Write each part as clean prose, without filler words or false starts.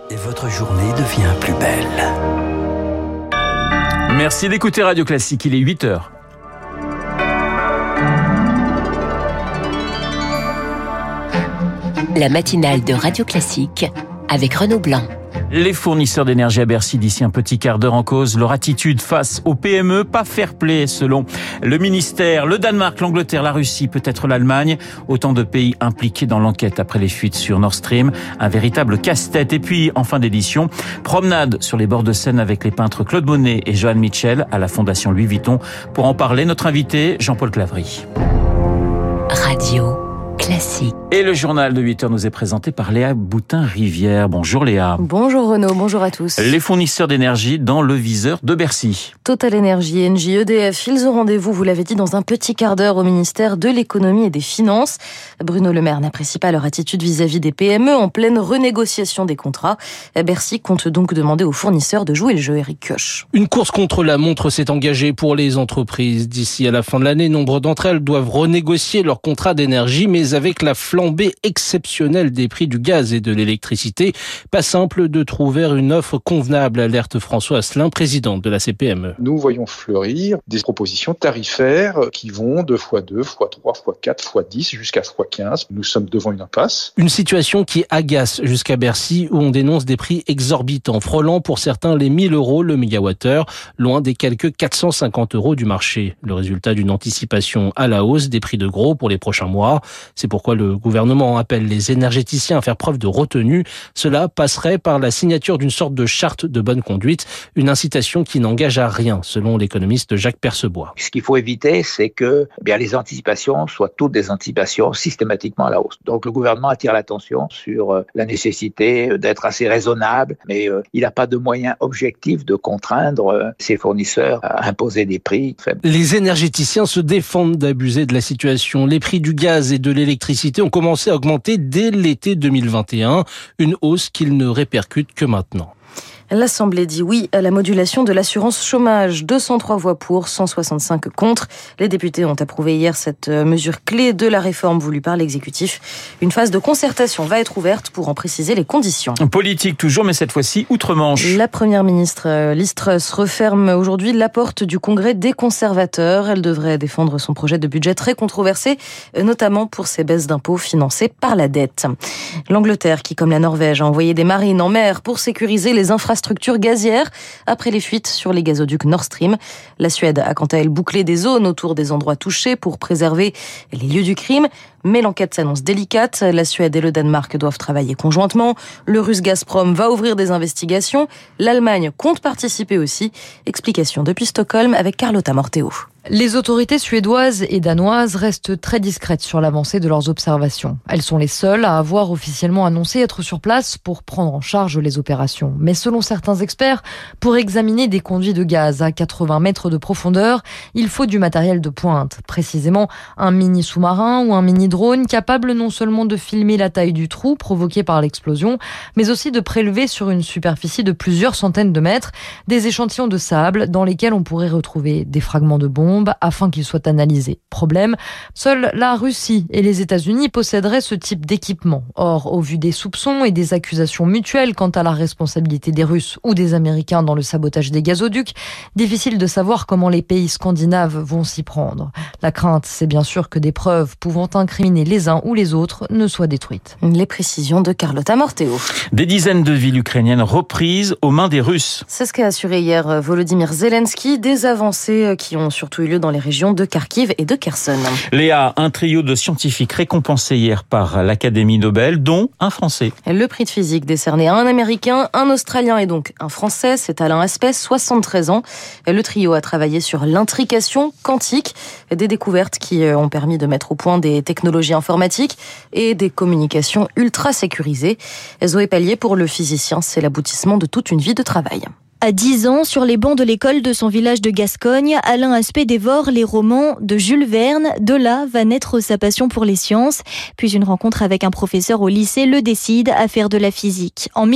Et votre journée devient plus belle. Merci d'écouter Radio Classique, il est 8h. La matinale de Radio Classique avec Renaud Blanc. Les fournisseurs d'énergie à Bercy d'ici un petit quart d'heure en cause leur attitude face aux PME, pas fair-play selon le ministère. Le Danemark, l'Angleterre, la Russie, peut-être l'Allemagne, autant de pays impliqués dans l'enquête après les fuites sur Nord Stream. Un véritable casse-tête. Et puis, en fin d'édition, promenade sur les bords de Seine avec les peintres Claude Monet et Johan Mitchell à la Fondation Louis Vuitton. Pour en parler, notre invité, Jean-Paul Claverie. Radio Classique. Et le journal de 8h nous est présenté par Léa Boutin-Rivière. Bonjour Léa. Bonjour Renaud, bonjour à tous. Les fournisseurs d'énergie dans le viseur de Bercy. Total Energy, Engie, EDF, ils ont rendez-vous, vous l'avez dit, dans un petit quart d'heure au ministère de l'économie et des finances. Bruno Le Maire n'apprécie pas leur attitude vis-à-vis des PME en pleine renégociation des contrats. Bercy compte donc demander aux fournisseurs de jouer le jeu. Éric Kioch. Une course contre la montre s'est engagée pour les entreprises. D'ici à la fin de l'année, nombre d'entre elles doivent renégocier leur contrat d'énergie, mais avec la flambée exceptionnelle des prix du gaz et de l'électricité, pas simple de trouver une offre convenable, alerte François Asselin, président de la CPME. Nous voyons fleurir des propositions tarifaires qui vont de x2, x3, x4, x10 jusqu'à x15. Nous sommes devant une impasse. Une situation qui agace jusqu'à Bercy où on dénonce des prix exorbitants, frôlant pour certains les 1 000 € le mégawattheure, loin des quelques 450 € du marché. Le résultat d'une anticipation à la hausse des prix de gros pour les prochains mois. C'est pourquoi le gouvernement appelle les énergéticiens à faire preuve de retenue. Cela passerait par la signature d'une sorte de charte de bonne conduite, une incitation qui n'engage à rien, selon l'économiste Jacques Percebois. Ce qu'il faut éviter, c'est que les anticipations soient toutes des anticipations systématiquement à la hausse. Donc le gouvernement attire l'attention sur la nécessité d'être assez raisonnable, mais il n'a pas de moyens objectifs de contraindre ses fournisseurs à imposer des prix faibles. Les énergéticiens se défendent d'abuser de la situation. Les prix du gaz et de l'électricité ont commencé à augmenter dès l'été 2021, une hausse qu'ils ne répercutent que maintenant. L'Assemblée dit oui à la modulation de l'assurance chômage. 203 voix pour, 165 contre. Les députés ont approuvé hier cette mesure clé de la réforme voulue par l'exécutif. Une phase de concertation va être ouverte pour en préciser les conditions. Politique toujours, mais cette fois-ci outre-Manche. La première ministre Liz Truss referme aujourd'hui la porte du congrès des conservateurs. Elle devrait défendre son projet de budget très controversé, notamment pour ses baisses d'impôts financées par la dette. L'Angleterre, qui comme la Norvège a envoyé des marines en mer pour sécuriser les infrastructures gazières après les fuites sur les gazoducs Nord Stream. La Suède a quant à elle bouclé des zones autour des endroits touchés pour préserver les lieux du crime. Mais l'enquête s'annonce délicate. La Suède et le Danemark doivent travailler conjointement. Le russe Gazprom va ouvrir des investigations. L'Allemagne compte participer aussi. Explication depuis Stockholm avec Carlotta Morteo. Les autorités suédoises et danoises restent très discrètes sur l'avancée de leurs observations. Elles sont les seules à avoir officiellement annoncé être sur place pour prendre en charge les opérations. Mais selon certains experts, pour examiner des conduits de gaz à 80 mètres de profondeur, il faut du matériel de pointe. Précisément, un mini-sous-marin ou un mini-drone capable non seulement de filmer la taille du trou provoqué par l'explosion, mais aussi de prélever sur une superficie de plusieurs centaines de mètres des échantillons de sable dans lesquels on pourrait retrouver des fragments de bombes afin qu'ils soient analysés. Problème, seule la Russie et les États-Unis posséderaient ce type d'équipement. Or, au vu des soupçons et des accusations mutuelles quant à la responsabilité des Russes ou des Américains dans le sabotage des gazoducs, difficile de savoir comment les pays scandinaves vont s'y prendre. La crainte, c'est bien sûr que des preuves pouvant incriminer les uns ou les autres ne soient détruites. Les précisions de Carlotta Morteo. Des dizaines de villes ukrainiennes reprises aux mains des Russes. C'est ce qu'a assuré hier Volodymyr Zelensky, des avancées qui ont surtout eu lieu dans les régions de Kharkiv et de Kherson. Léa, un trio de scientifiques récompensés hier par l'Académie Nobel, dont un Français. Le prix de physique décerné à un Américain, un Australien et donc un Français, c'est Alain Aspect, 73 ans. Le trio a travaillé sur l'intrication quantique, des découvertes qui ont permis de mettre au point des technologies informatiques et des communications ultra sécurisées. Zoé Pallier, pour le physicien, c'est l'aboutissement de toute une vie de travail. À 10 ans, sur les bancs de l'école de son village de Gascogne, Alain Aspect dévore les romans de Jules Verne. De là va naître sa passion pour les sciences. Puis une rencontre avec un professeur au lycée le décide à faire de la physique. En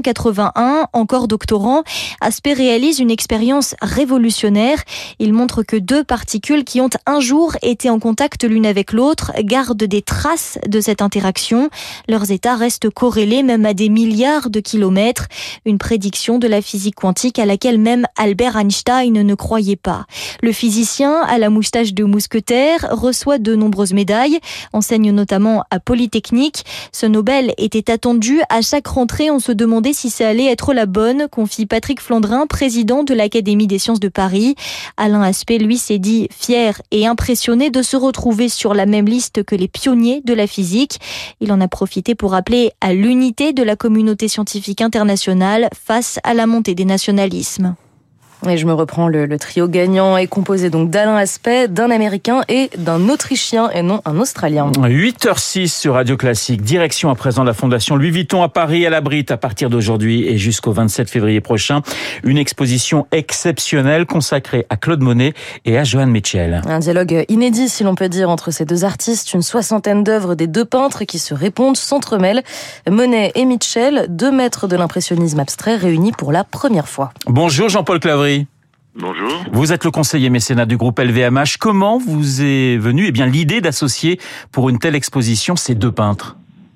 1981, encore doctorant, Aspect réalise une expérience révolutionnaire. Il montre que deux particules qui ont un jour été en contact l'une avec l'autre gardent des traces de cette interaction. Leurs états restent corrélés même à des milliards de kilomètres. Une prédiction de la physique quantique à laquelle même Albert Einstein ne croyait pas. Le physicien, à la moustache de mousquetaire, reçoit de nombreuses médailles, enseigne notamment à Polytechnique. Ce Nobel était attendu. À chaque rentrée, on se demandait si ça allait être la bonne, confie Patrick Flandrin, président de l'Académie des sciences de Paris. Alain Aspect, lui, s'est dit fier et impressionné de se retrouver sur la même liste que les pionniers de la physique. Il en a profité pour appeler à l'unité de la communauté scientifique internationale face à la montée des nationalismes. Et je me reprends, le trio gagnant est composé donc d'Alain Aspect, d'un Américain et d'un Autrichien et non un Australien. 8h06 sur Radio Classique. Direction à présent la Fondation Louis Vuitton à Paris. Elle abrite à partir d'aujourd'hui et jusqu'au 27 février prochain une exposition exceptionnelle consacrée à Claude Monet et à Joan Mitchell. Un dialogue inédit, si l'on peut dire, entre ces deux artistes. Une 60aine d'œuvres des deux peintres qui se répondent, s'entremêlent. Monet et Mitchell, deux maîtres de l'impressionnisme abstrait réunis pour la première fois. Bonjour Jean-Paul Clavry. Bonjour. Vous êtes le conseiller mécénat du groupe LVMH. Comment vous est venue l'idée d'associer pour une telle exposition ces deux peintres ?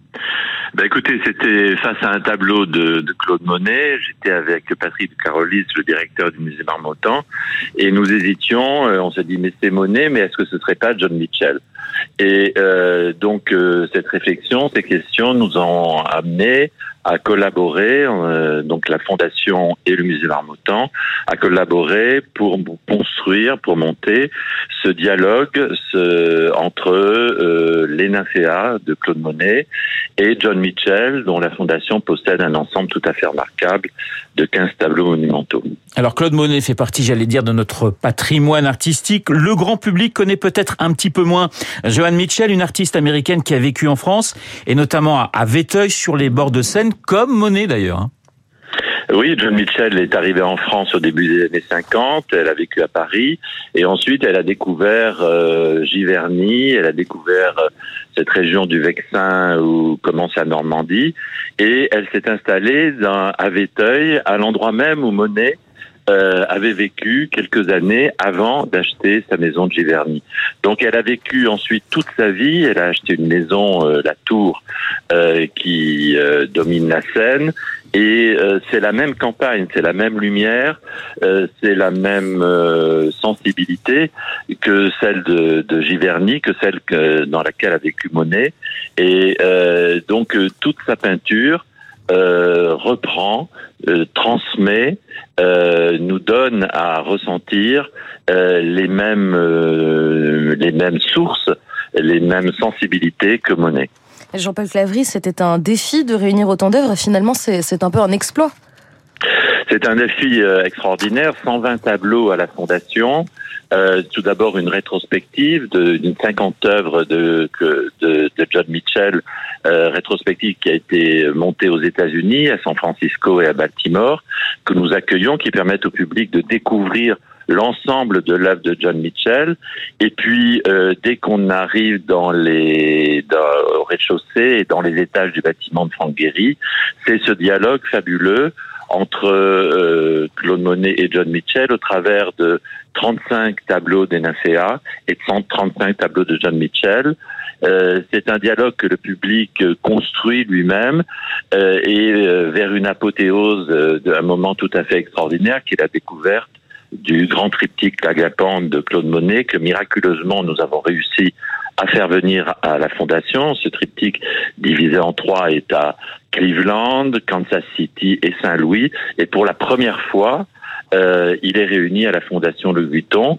Écoutez, c'était face à un tableau de Claude Monet. J'étais avec Patrick Carolis, le directeur du musée Marmottan, et nous hésitions. On s'est dit, mais c'est Monet, mais est-ce que ce serait pas John Mitchell ? Et donc cette réflexion, ces questions nous ont amenés à collaborer, donc la Fondation et le musée Marmottan, à collaborer pour construire, pour monter ce dialogue entre les nymphéas de Claude Monet et John Mitchell, dont la Fondation possède un ensemble tout à fait remarquable de 15 tableaux monumentaux. Alors Claude Monet fait partie, de notre patrimoine artistique. Le grand public connaît peut-être un petit peu moins Joan Mitchell, une artiste américaine qui a vécu en France et notamment à Vétheuil sur les bords de Seine, comme Monet d'ailleurs. Oui, Joan Mitchell est arrivée en France au début des années 50, elle a vécu à Paris, et ensuite elle a découvert Giverny, elle a découvert cette région du Vexin où commence la Normandie, et elle s'est installée à Vétheuil, à l'endroit même où Monet avait vécu quelques années avant d'acheter sa maison de Giverny. Donc elle a vécu ensuite toute sa vie, elle a acheté une maison, la Tour, qui domine la Seine, et c'est la même campagne, c'est la même lumière, c'est la même sensibilité que celle de Giverny, que celle dans laquelle a vécu Monet, et donc toute sa peinture reprend, transmet, nous donne à ressentir les mêmes sources, les mêmes sensibilités que Monet. Jean-Paul Clavry, c'était un défi de réunir autant d'œuvres. Finalement, c'est un peu un exploit. C'est un défi extraordinaire, 120 tableaux à la Fondation. Tout d'abord une rétrospective d'une 50 œuvres de John Mitchell, rétrospective qui a été montée aux États-Unis, à San Francisco et à Baltimore, que nous accueillons, qui permettent au public de découvrir l'ensemble de l'œuvre de John Mitchell. Et puis, dès qu'on arrive au rez-de-chaussée et dans les étages du bâtiment de Franck Gehry, c'est ce dialogue fabuleux entre Claude Monet et John Mitchell au travers de 35 tableaux des nymphéas et de 135 tableaux de John Mitchell. C'est un dialogue que le public construit lui-même et vers une apothéose d'un moment tout à fait extraordinaire qui est la découverte du grand triptyque L'Agapande de Claude Monet que miraculeusement nous avons réussi à faire venir à la Fondation. Ce triptyque divisé en 3 est à Cleveland, Kansas City et Saint-Louis. Et pour la première fois, il est réuni à la Fondation Louis Vuitton.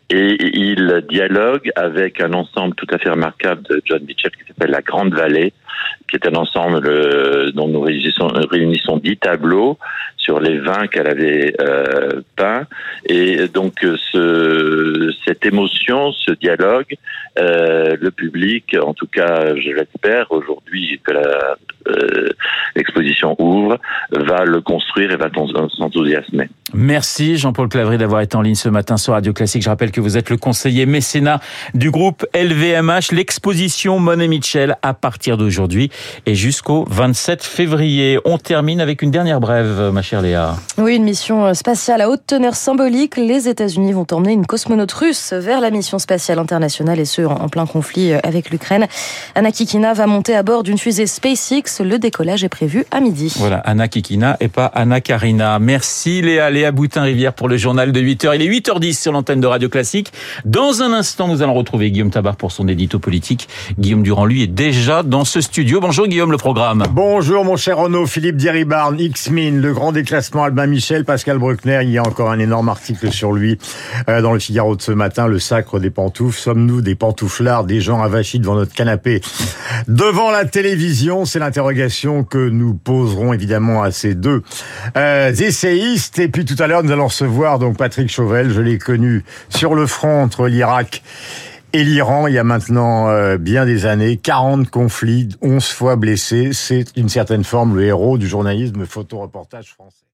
et il dialogue avec un ensemble tout à fait remarquable de John Mitchell qui s'appelle La Grande Vallée, qui est un ensemble dont nous réunissons 10 tableaux sur les 20 qu'elle avait peints. Et donc cette émotion, ce dialogue, le public, en tout cas je l'espère aujourd'hui que l'exposition ouvre, va le construire et va s'enthousiasmer. Merci Jean-Paul Clavry d'avoir été en ligne ce matin sur Radio Classique. Je rappelle que vous êtes le conseiller mécénat du groupe LVMH. L'exposition Monet Mitchell à partir d'aujourd'hui et jusqu'au 27 février. On termine avec une dernière brève, ma chère Léa. Oui, une mission spatiale à haute teneur symbolique. Les États-Unis vont emmener une cosmonaute russe vers la mission spatiale internationale et ce, en plein conflit avec l'Ukraine. Anna Kikina va monter à bord d'une fusée SpaceX. Le décollage est prévu à midi. Voilà, Anna Kikina et pas Anna Karina. Merci Léa. Léa Boutin-Rivière pour le journal de 8h. Il est 8h10 sur l'antenne de Radio Classique. Dans un instant, nous allons retrouver Guillaume Tabar pour son édito politique. Guillaume Durand, lui, est déjà dans ce studio. Bonjour Guillaume, le programme. Bonjour mon cher Renaud, Philippe Diribarne, X-Min, le grand déclassement Albin Michel, Pascal Bruckner. Il y a encore un énorme article sur lui dans le Figaro de ce matin. Le sacre des pantoufles. Sommes-nous des pantouflards, des gens avachis devant notre canapé devant la télévision? C'est l'interrogation que nous poserons évidemment à ces deux essayistes. Et puis tout à l'heure, nous allons recevoir donc Patrick Chauvel. Je l'ai connu sur le front entre l'Irak et l'Iran il y a maintenant bien des années. 40 conflits, 11 fois blessé. C'est une certaine forme le héros du journalisme photo-reportage français.